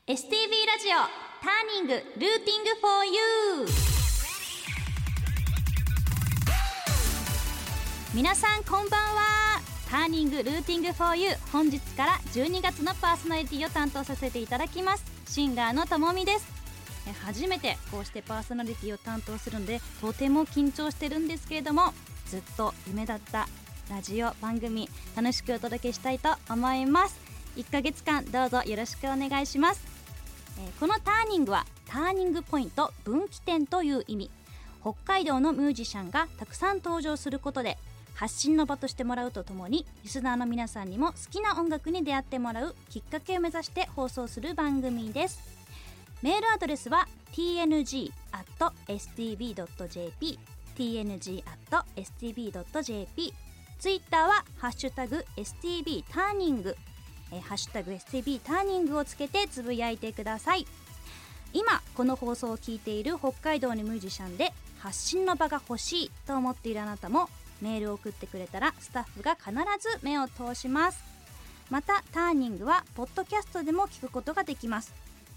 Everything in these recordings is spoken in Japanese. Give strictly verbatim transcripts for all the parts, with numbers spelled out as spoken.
エスティービー ラジオターニングルーティング for you。 皆さんこんばんは。ターニングルーティング for you、 本日からじゅうにがつのパーソナリティを担当させていただきますシンガーのともみです。え初めてこうしてパーソナリティを担当するのでとても緊張してるんですけれども、ずっと夢だったラジオ番組楽しくお届けしたいと思います。いっかげつかんどうぞよろしくお願いします。えー、このターニングはターニングポイント、分岐点という意味。北海道のミュージシャンがたくさん登場することで発信の場としてもらうとともに、リスナーの皆さんにも好きな音楽に出会ってもらうきっかけを目指して放送する番組です。メールアドレスは ティーエヌジー アット エスティービー ドット ジェーピー ティーエヌジー アット エスティービー ドット ジェーピー、 ツイッターはハッシュタグ エスティービー ターニング、えー、ハッシュタグ エスティービー ターニングをつけてつぶやいてください。今この放送を聞いている北海道のミュージシャンで発信の場が欲しいと思っているあなたもメールを送ってくれたらスタッフが必ず目を通します。またターニングはポッドキャストでも聞くことができます。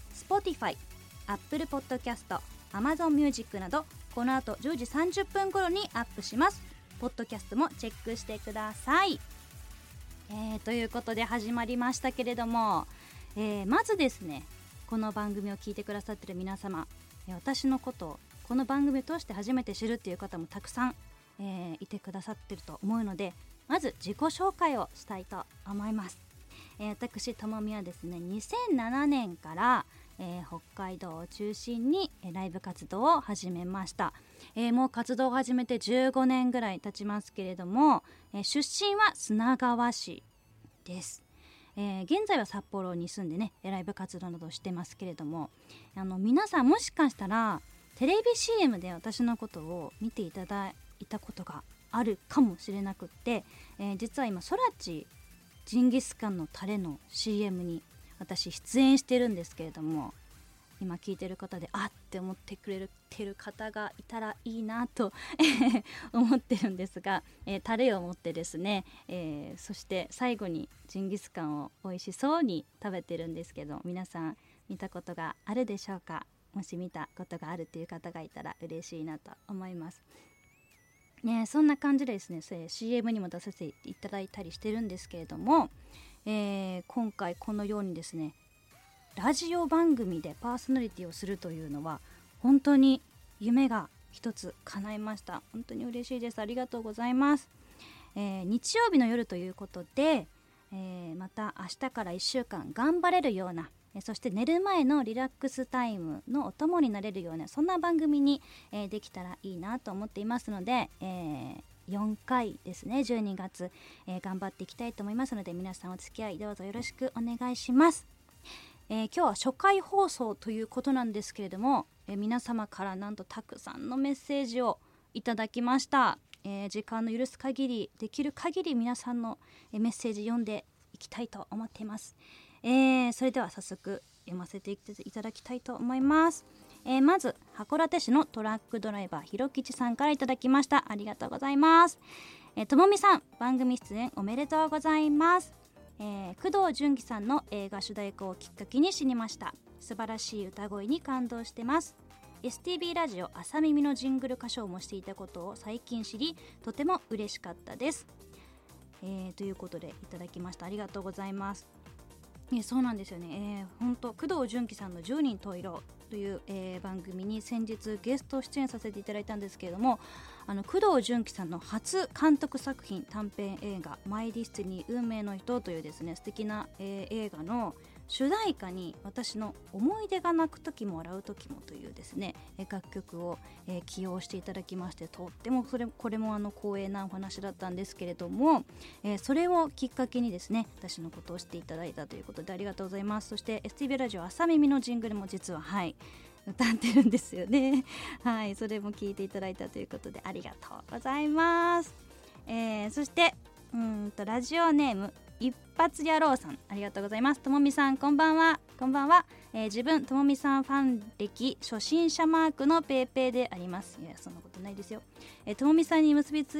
Spotify、Apple Podcast、Amazon Music などこの後じゅうじさんじゅっぷん頃にアップします。ポッドキャストもチェックしてください。えー、ということで始まりましたけれども、えー、まずですね、この番組を聞いてくださっている皆様、私のことをこの番組を通して初めて知るっていう方もたくさん、えー、いてくださっていると思うので、まず自己紹介をしたいと思います。えー、私ともみはですね、にせんななねんから、えー、北海道を中心に、えー、ライブ活動を始めました。えー、もう活動を始めてじゅうごねんぐらい経ちますけれども、えー、出身は砂川市です。えー、現在は札幌に住んでねライブ活動などをしてますけれども、あの皆さんもしかしたらテレビ シーエム で私のことを見ていただいたことがあるかもしれなくって、えー、実は今ソラチジンギスカンのタレの シーエム に私出演してるんですけれども、今聞いてる方であって思ってくれてる方がいたらいいなと思ってるんですが、えー、タレを持ってですね、えー、そして最後にジンギスカンを美味しそうに食べてるんですけど、皆さん見たことがあるでしょうか。もし見たことがあるという方がいたら嬉しいなと思いますね。そんな感じでですね シーエム にも出させていただいたりしてるんですけれども、えー、今回このようにですねラジオ番組でパーソナリティをするというのは本当に夢が一つ叶いました。本当に嬉しいです。ありがとうございます。えー、日曜日の夜ということで、えー、また明日からいっしゅうかん頑張れるような、えー、そして寝る前のリラックスタイムのお供になれるようなそんな番組に、えー、できたらいいなと思っていますので、えー、よんかいですねじゅうにがつ、えー、頑張っていきたいと思いますので、皆さんお付き合いどうぞよろしくお願いします。えー、今日は初回放送ということなんですけれども、えー、皆様からなんとたくさんのメッセージをいただきました。えー、時間の許す限りできる限り皆さんの、えー、メッセージ読んでいきたいと思っています。えー、それでは早速読ませていただきたいと思います。えー、まず函館市のトラックドライバーひろきちさんからいただきました。ありがとうございます。えー、ともみさん番組出演おめでとうございます。えー、工藤純喜さんの映画主題歌をきっかけに知りました。素晴らしい歌声に感動してます。 エスティービー ラジオ朝耳のジングル歌唱もしていたことを最近知りとても嬉しかったです、えー、ということでいただきました。ありがとうございます。えそうなんですよね、えー、本当工藤純喜さんのじゅうにん十色という、えー、番組に先日ゲスト出演させていただいたんですけれども、あの工藤純喜さんの初監督作品短編映画マイディスティニー運命の人というですね素敵な、えー、映画の主題歌に私の思い出が泣く時も笑う時もというですね楽曲を、えー、起用していただきまして、とってもそれこれもあの光栄なお話だったんですけれども、えー、それをきっかけにですね私のことをしていただいたということでありがとうございます。そして エスティービー ラジオ朝耳のジングルも実ははい歌ってるんですよねはい、それも聞いていただいたということでありがとうございます。えー、そしてうんとラジオネーム一発野郎さん、ありがとうございます。ともみさんこんばんは。こんばんは、えー、自分ともみさんファン歴初心者マークのペーペーであります。いやそんなことないですよ。えー、ともみさんに結びつ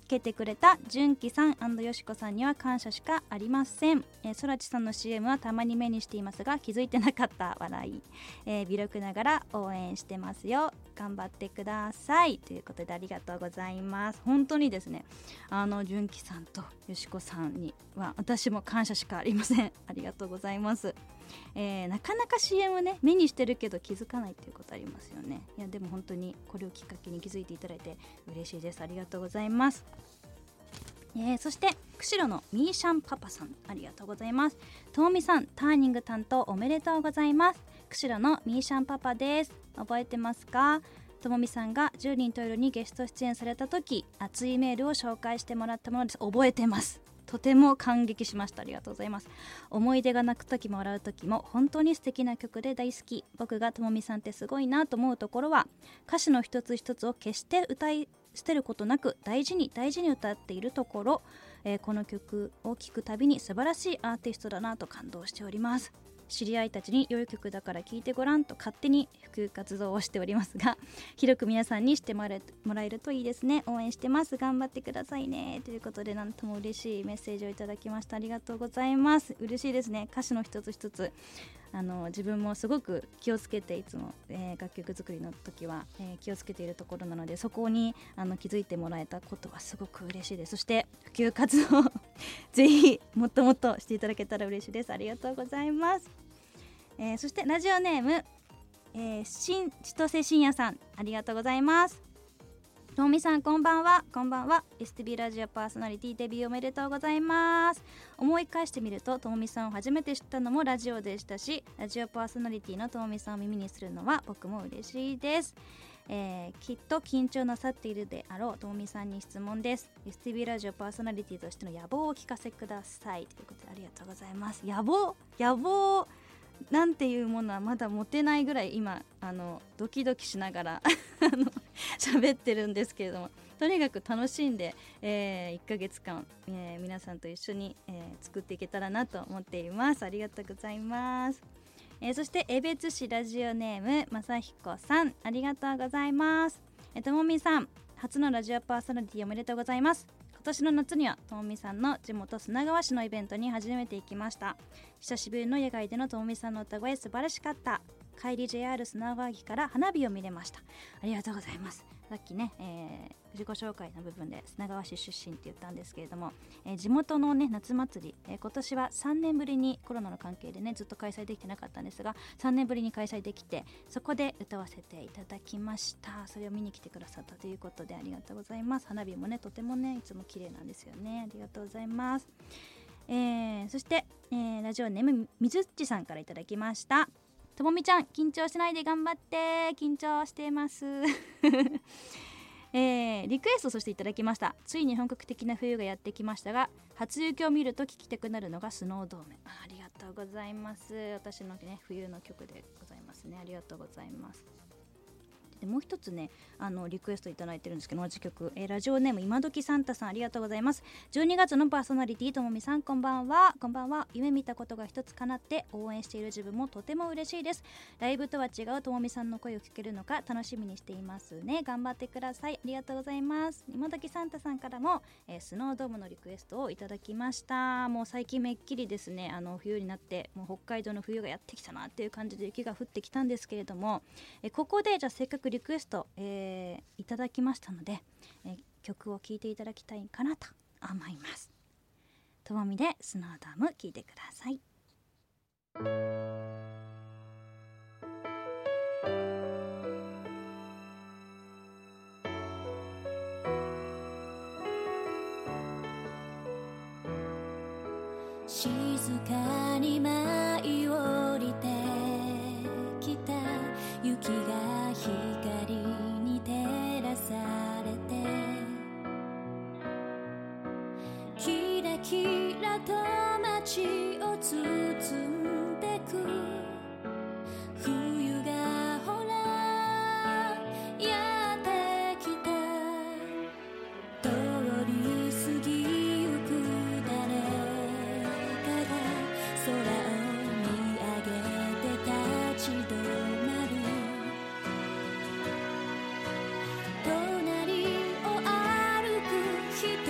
けてくれた純喜さん&よしこさんには感謝しかありません。えー、そらちさんの シーエム はたまに目にしていますが気づいてなかった笑い、えー、微力ながら応援してますよ、頑張ってくださいということでありがとうございます。本当にですね、あの純喜さんとよしこさんには私も感謝しかありません。ありがとうございます。えー、なかなか シーエム ね目にしてるけど気づかないっていうことありますよね。いやでも本当にこれをきっかけに気づいていただいて嬉しいです。ありがとうございます。えー、そして釧路のミーシャンパパさん、ありがとうございます。ともみさんターニング担当おめでとうございます。釧路のミーシャンパパです。覚えてますか？ともみさんがじゅうにん十色にゲスト出演された時熱いメールを紹介してもらったものです。覚えてます。とても感激しました。ありがとうございます。思い出が泣く時も笑う時も本当に素敵な曲で大好き。僕がともみさんってすごいなと思うところは歌詞の一つ一つを決して歌い捨てることなく大事に大事に歌っているところ、えー、この曲を聴くたびに素晴らしいアーティストだなと感動しております。知り合いたちに良い曲だから聴いてごらんと勝手に普及活動をしておりますが、広く皆さんにしてもらえもらえるといいですね。応援してます。頑張ってくださいねということで、なんとも嬉しいメッセージをいただきました。ありがとうございます。嬉しいですね。歌詞の一つ一つあの自分もすごく気をつけていつも、えー、楽曲作りの時は、えー、気をつけているところなので、そこにあの気づいてもらえたことはすごく嬉しいです。そして普及活動ぜひもっともっとしていただけたら嬉しいです。ありがとうございます。えー、そしてラジオネーム、えー、新千歳信也さん、ありがとうございます。ともみさんこんばんは。こんばんは。 エスティービー ラジオパーソナリティデビューおめでとうございます。思い返してみるとともみさんを初めて知ったのもラジオでしたし、ラジオパーソナリティのともみさんを耳にするのは僕も嬉しいです。えー、きっと緊張なさっているであろうともみさんに質問です。 エスティービー ラジオパーソナリティとしての野望をお聞かせくださいということでありがとうございます。野望野望なんていうものはまだ持てないぐらい今あのドキドキしながら喋ってるんですけれども、とにかく楽しんで、えー、いっかげつかん、えー、皆さんと一緒に、えー、作っていけたらなと思っています。ありがとうございます。えー、そして江別市ラジオネームまさひこさん、ありがとうございます。えー、ともみさん初のラジオパーソナリティおめでとうございます。今年の夏にはともみさんの地元砂川市のイベントに初めて行きました。久しぶりの野外でのともみさんの歌声素晴らしかった。帰り ジェイアール 砂川駅から花火を見れました。ありがとうございます。さっきね、えー、自己紹介の部分で砂川市出身って言ったんですけれども、えー、地元のね夏祭り、えー、今年はさんねんぶりにコロナの関係でねずっと開催できてなかったんですが、さんねんぶりに開催できて、そこで歌わせていただきました。それを見に来てくださったということでありがとうございます。花火もねとてもねいつも綺麗なんですよね。ありがとうございます。えー、そして、えー、ラジオネームみずっちさんからいただきました。ともみちゃん緊張しないで頑張って。緊張してますえー、リクエストそしていただきました。ついに本格的な冬がやってきましたが、初雪を見ると聴きたくなるのがスノードーム。 あ, ありがとうございます。私のね冬の曲でございますね。ありがとうございます。でもう一つねあのリクエストいただいてるんですけど、同じ曲、えー、ラジオネーム今時サンタさん、ありがとうございます。じゅうにがつのパーソナリティともみさんこんばんは。こんばんは。夢見たことが一つ叶って応援している自分もとても嬉しいです。ライブとは違うともみさんの声を聞けるのか楽しみにしていますね。頑張ってください。ありがとうございます。今時サンタさんからも、えー、スノードームのリクエストをいただきました。もう最近めっきりですねあの冬になってもう北海道の冬がやってきたなっていう感じで雪が降ってきたんですけれども、えー、ここでじゃあせっかくリクエスト、えーえー、いただきましたので、えー、曲を聴いていただきたいかなと思います。ともみでスノードーム聴いてください。 静かに舞い降りてきた雪が光に照らされて、キラキラと街を包んでく冬がほらやってきた。通り過ぎゆく誰かが空を見上げて立ち止まる。隣を歩く人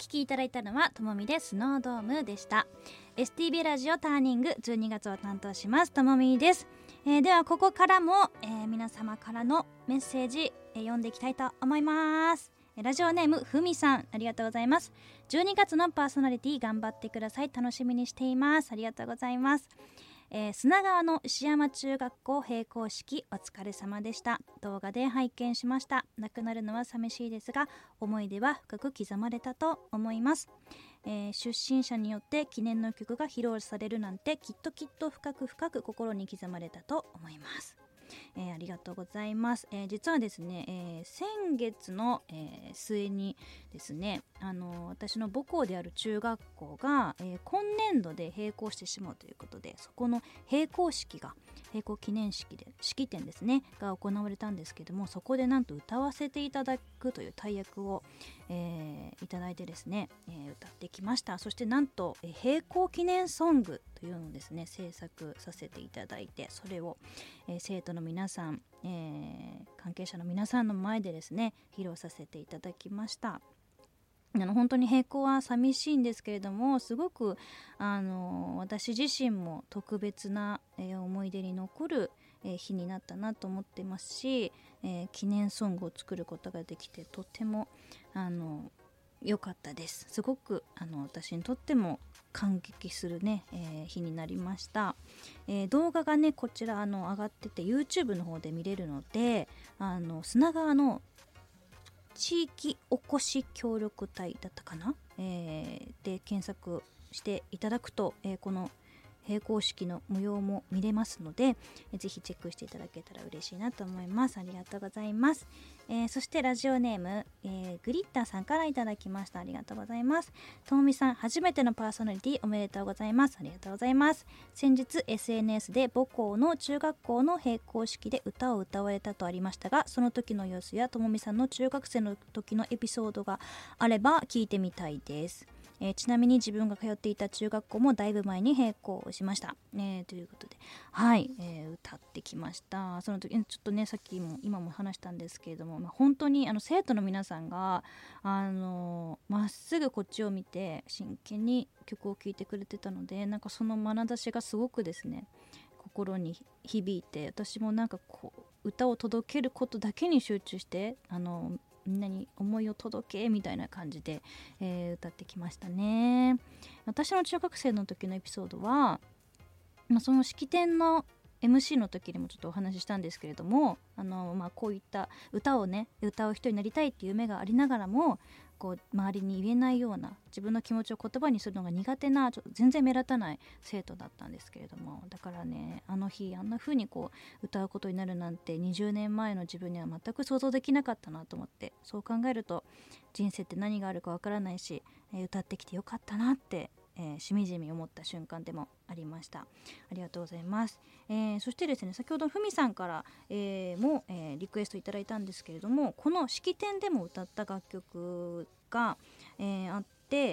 聴きいただいたのはともみでスノードームでした。 エスティービー ラジオターニングじゅうにがつを担当しますともみです。えー、ではここからも、えー、皆様からのメッセージ、えー、読んでいきたいと思います。ラジオネームふみさん、ありがとうございます。じゅうにがつのパーソナリティ頑張ってください、楽しみにしています。ありがとうございます。えー、砂川の石山中学校閉校式お疲れ様でした。動画で拝見しました。亡くなるのは寂しいですが思い出は深く刻まれたと思います。えー、出身者によって記念の曲が披露されるなんてきっときっと深く深く心に刻まれたと思います。えー、ありがとうございます。えー、実はですね、えー、先月の、えー、末にですね、あのー、私の母校である中学校が、えー、今年度で閉校してしまうということで、そこの閉校式が閉校記念式で式典ですねが行われたんですけども、そこでなんと歌わせていただくという大役を、えー、いただいてですね、えー、歌ってきました。そしてなんと、えー、閉校記念ソングというのをですね制作させていただいて、それを、えー、生徒の皆さん、えー、関係者の皆さんの前でですね披露させていただきました。あの本当に閉校は寂しいんですけれども、すごくあの私自身も特別な、えー、思い出に残る、えー、日になったなと思ってますし、えー、記念ソングを作ることができてとてもあの良かったです。すごくあの私にとっても感激するね、えー、日になりました。えー、動画がねこちらあの上がってて YouTube の方で見れるので、あの砂川の地域おこし協力隊だったかな、えー、で検索していただくと、えー、この閉校式の模様も見れますので、えー、ぜひチェックしていただけたら嬉しいなと思います。ありがとうございます。えー、そしてラジオネーム、えー、グリッターさんからいただきました。ありがとうございます。ともみさん、初めてのパーソナリティおめでとうございます。ありがとうございます。先日 エスエヌエス で母校の中学校の閉校式で歌を歌われたとありましたが、その時の様子やともみさんの中学生の時のエピソードがあれば聞いてみたいです。えー、ちなみに自分が通っていた中学校もだいぶ前に閉校しました、えー、ということで、はい、えー、歌ってきました。その時ちょっとねさっきも今も話したんですけれども、まあ、本当にあの生徒の皆さんがあのまっすぐこっちを見て真剣に曲を聴いてくれてたので、なんかその眼差しがすごくですね心に響いて、私もなんかこう歌を届けることだけに集中してあのみんなに思いを届けみたいな感じで、えー、歌ってきましたね。私の中学生の時のエピソードは、まあ、その式典の エムシー の時にもちょっとお話ししたんですけれども、あの、まあ、こういった歌をね歌う人になりたいっていう夢がありながらもこう周りに言えないような、自分の気持ちを言葉にするのが苦手なちょっと全然目立たない生徒だったんですけれども、だからねあの日あんな風にこう歌うことになるなんてにじゅうねんまえの自分には全く想像できなかったなと思って、そう考えると人生って何があるかわからないし、えー、歌ってきてよかったなって、えー、しみじみ思った瞬間でもありました。ありがとうございます。えー、そしてですね先ほどふみさんから、えー、も、えー、リクエストいただいたんですけれども、この式典でも歌った楽曲が、えー、あって、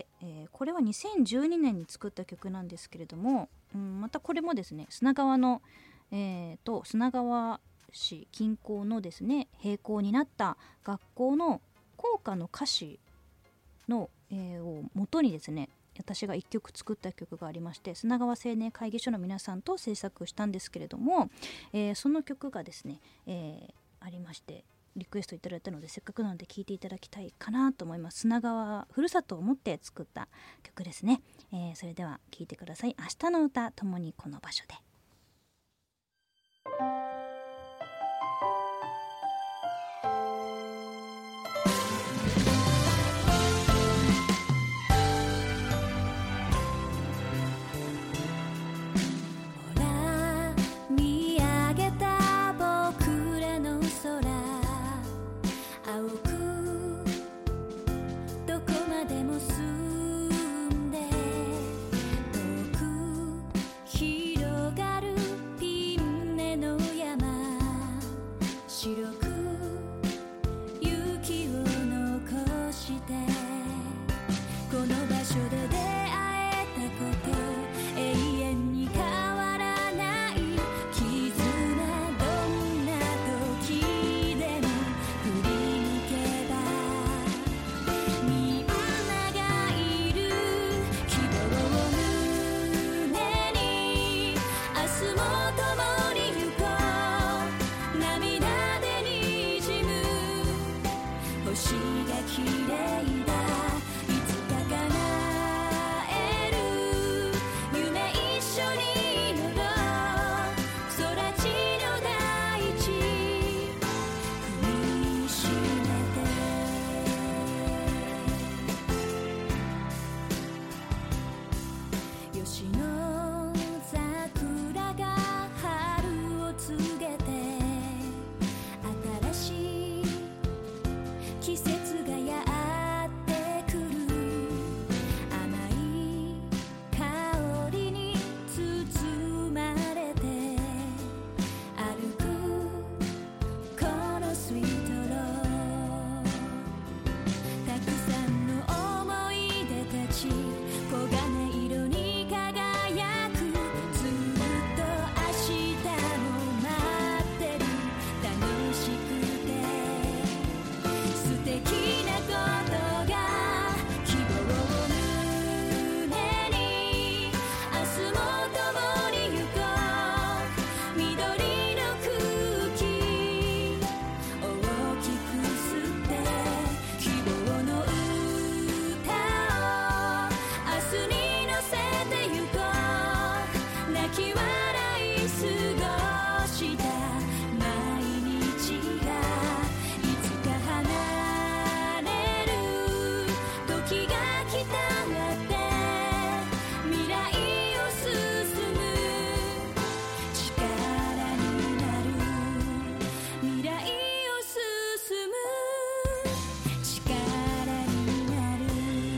えー、これはにせんじゅうにねんに作った曲なんですけれども、うん、またこれもですね砂川の、えー、と砂川市近郊のですね閉校になった学校の校歌の歌詞の、えー、を元にですね私がいっきょく作った曲がありまして、砂川青年会議所の皆さんと制作したんですけれども、えー、その曲がですね、えー、ありましてリクエストいただいたので、せっかくなので聴いていただきたいかなと思います。砂川ふるさとを思って作った曲ですね。えー、それでは聴いてください。明日の歌、共にこの場所で。 みんなが綺麗だいつか叶える夢一緒に乗ろう空地の大地踏みしめて吉野桜が春を告げて新しい季節がやってくる甘い香りに包まれて歩くこのスイートロードたくさんの思い出たち黄金色に輝くずっと明日も待ってる楽しくて素敵なことが希望を胸に明日も共に行こう緑の空気大きく吸って希望の歌を明日に乗せてゆこう泣き笑い過ごした毎日がいつか離れる時が来たって未来を進む力になる未来を進む力になる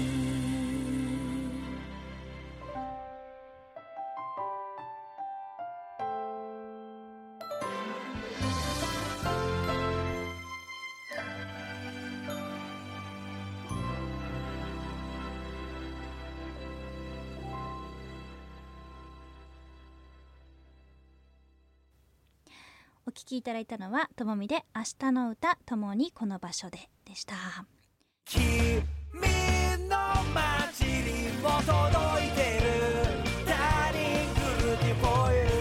お聞きいただいたのはともみで明日の歌ともにこの場所ででした。 君の街にも届いてる Turning Good for You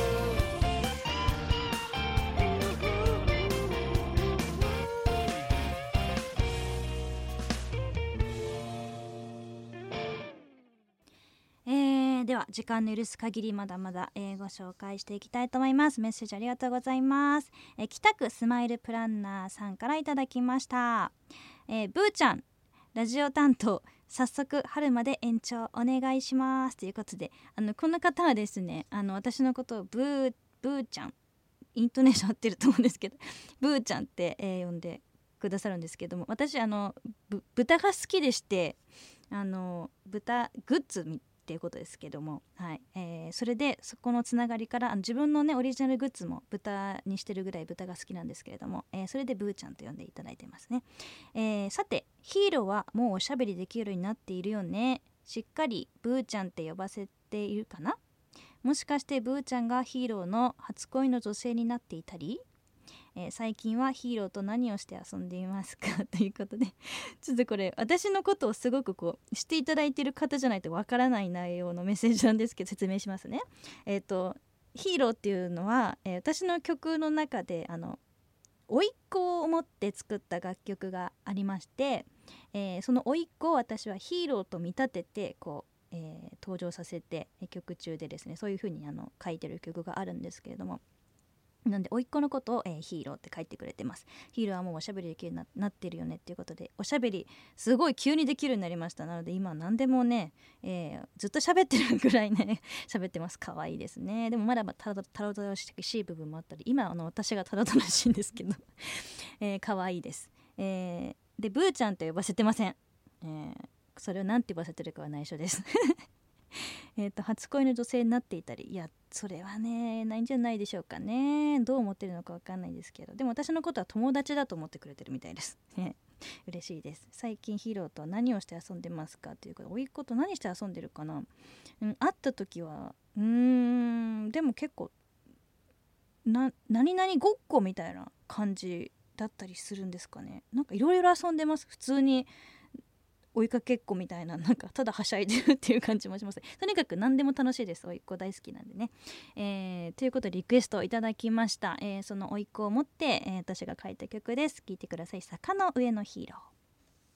えー、では時間の許す限りまだまだ、えーご紹介していきたいと思います。メッセージありがとうございます。えー北区スマイルプランナーさんからいただきました。えー、ブーちゃんラジオ担当早速春まで延長お願いしますということで、あのこの方はですね、あの私のことをブーブーちゃん、イントネーション合ってると思うんですけどブーちゃんって、えー呼んでくださるんですけども、私あのぶ豚が好きでして、あの豚グッズっていうことですけども、はいえーそれでそこのつながりからあの自分のねオリジナルグッズも豚にしてるぐらい豚が好きなんですけれども、えーそれでブーちゃんと呼んでいただいてますね。えーさてヒーローはもうおしゃべりできるようになっているよね。しっかりブーちゃんって呼ばせているかな。もしかしてブーちゃんがヒーローの初恋の女性になっていたり、えー最近はヒーローと何をして遊んでいますかということで、ちょっとこれ私のことをすごくこうしていただいている方じゃないとわからない内容のメッセージなんですけど、説明しますね。えっ、とヒーローっていうのは、えー私の曲の中であの甥っ子を思って作った楽曲がありまして、えーその甥っ子を私はヒーローと見立ててこう、えー登場させてえー曲中でですね、そういう風にあの書いてる曲があるんですけれども、なんで甥っ子のことを、えーヒーローって書いてくれてます。ヒーローはもうおしゃべりできるように な, なってるよねっていうことで、おしゃべりすごい急にできるようになりました。なので今何でもね、えーずっと喋ってるぐらいね喋ってます。可愛いですね。でもまだまだたどたどたどしい部分もあったり、今あの私がたどたどしいんですけどえー、可愛いです。えー、でブーちゃんと呼ばせてません。えー、それを何て呼ばせてるかは内緒ですえと初恋の女性になっていたり、いやそれはねないんじゃないでしょうかね。どう思ってるのか分かんないですけど、でも私のことは友達だと思ってくれてるみたいですね。嬉しいです。最近ヒーローとは何をして遊んでますかということで、甥っ子と何して遊んでるかな、うん、会った時はうーんでも結構な何々ごっこみたいな感じだったりするんですかね。なんかいろいろ遊んでます。普通に追いかけっこみたいな、なんかただはしゃいでるっていう感じもします。とにかく何でも楽しいです。甥っ子大好きなんでね、えー、ということでリクエストをいただきました。えー、その甥っ子を持って、えー、私が書いた曲です。聴いてください。坂の上のヒーロー。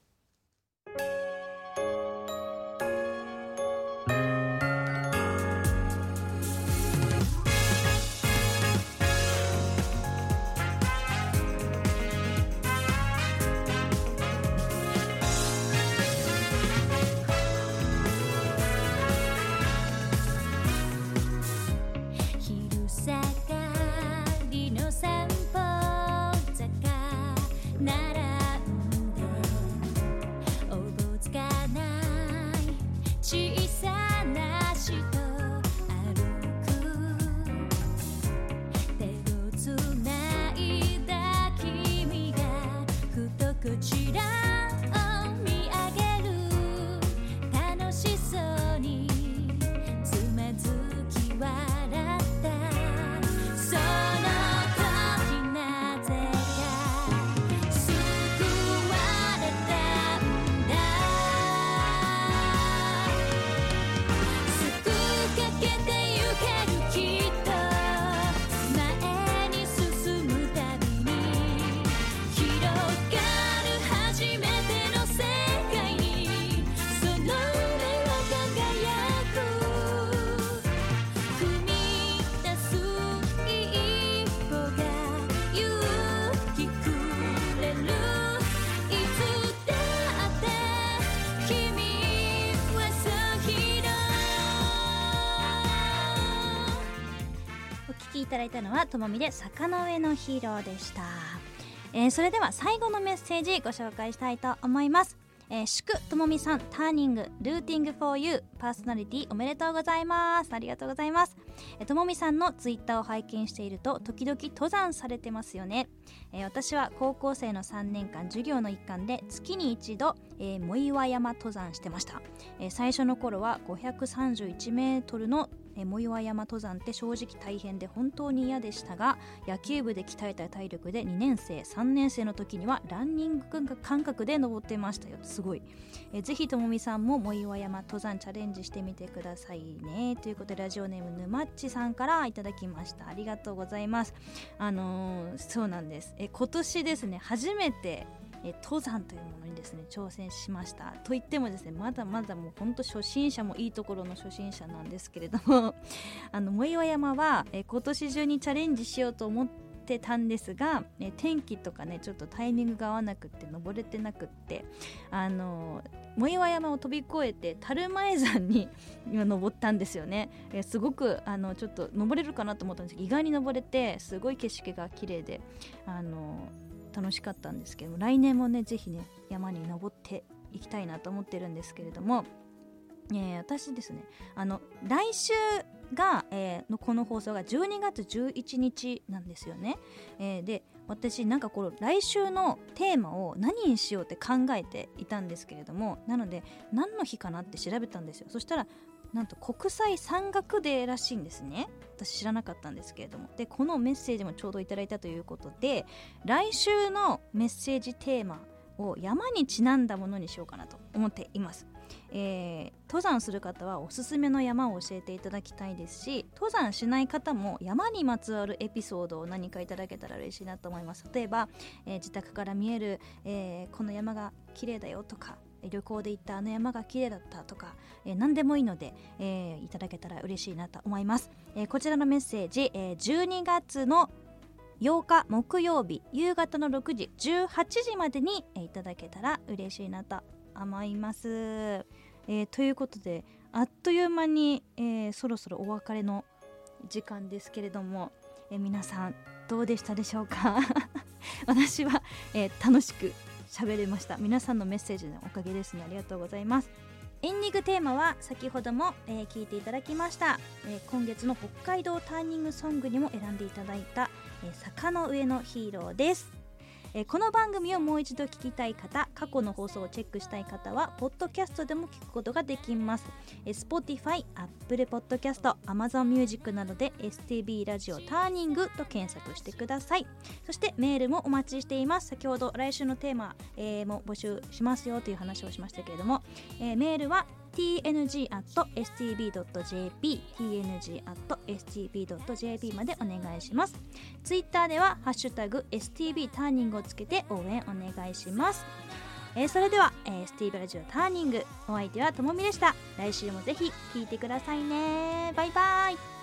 ただいたのはともみで坂の上のヒーローでした。えー、それでは最後のメッセージご紹介したいと思います。えー、祝ともみさん、ターニングルーティング フォー ユー パーソナリティおめでとうございます。ありがとうございます。えー、ともみさんのツイッターを拝見していると時々登山されてますよね。えー、私は高校生のさんねんかん授業の一環で月に一度、えー、藻岩山登山してました。えー、最初の頃はごひゃくさんじゅういちメートルの藻岩山登山って正直大変で本当に嫌でしたが、野球部で鍛えた体力でにねんせいさんねんせいの時にはランニング感覚で登ってましたよ。すごい。えぜひともみさんも藻岩山登山チャレンジしてみてくださいね。ということでラジオネームぬまっちさんからいただきました。ありがとうございます。あのー、そうなんです。え今年ですね初めてえ登山というものにですね挑戦しました。といってもですねまだまだもう本当初心者もいいところの初心者なんですけれどもあの藻岩山はえ今年中にチャレンジしようと思ってたんですが、え天気とかねちょっとタイミングが合わなくって登れてなくって、あの藻岩山を飛び越えて樽前山に今登ったんですよね。えすごくあのちょっと登れるかなと思ったんですけど意外に登れてすごい景色が綺麗であの楽しかったんですけども、来年もねぜひね山に登っていきたいなと思ってるんですけれども、えー、私ですねあの来週が、えー、のこの放送がじゅうにがつじゅういちにちなんですよね。えー、で私なんかこの来週のテーマを何にしようって考えていたんですけれども、なので何の日かなって調べたんですよ。そしたらなんと国際山岳デーらしいんですね。私知らなかったんですけれども、でこのメッセージもちょうどいただいたということで来週のメッセージテーマを山にちなんだものにしようかなと思っています。えー、登山する方はおすすめの山を教えていただきたいですし、登山しない方も山にまつわるエピソードを何かいただけたら嬉しいなと思います。例えば、えー、自宅から見える、えー、この山が綺麗だよとか、旅行で行ったあの山が綺麗だったとか、えー、何でもいいので、えー、いただけたら嬉しいなと思います。えー、こちらのメッセージ、えー、じゅうにがつのようか木曜日夕方のろくじじゅうはちじまでに、えー、いただけたら嬉しいなと思います。えー、ということであっという間に、えー、そろそろお別れの時間ですけれども、えー、皆さんどうでしたでしょうか私は、えー、楽しく喋れました。皆さんのメッセージのおかげですね。ありがとうございます。エンディングテーマは先ほども、えー、聞いていただきました、えー、今月の北海道ターニングソングにも選んでいただいた、えー、坂の上のヒーローです。えー、この番組をもう一度聞きたい方、過去の放送をチェックしたい方はポッドキャストでも聞くことができます。えー、Spotify、Apple Podcast、Amazon Music などで エスティービー ラジオターニングと検索してください。そしてメールもお待ちしています。先ほど来週のテーマ、えー、も募集しますよという話をしましたけれども、えー、メールはティーエヌジー アット エスティービー ドット ジェーピー ティーエヌジー アット エスティービー ドット ジェーピー までお願いします。ツイッターではハッシュタグ エスティービー ターニングをつけて応援お願いします。えー、それでは、えー、エスティービー ラジオターニング、お相手はともみでした。来週もぜひ聞いてくださいね。バイバイ。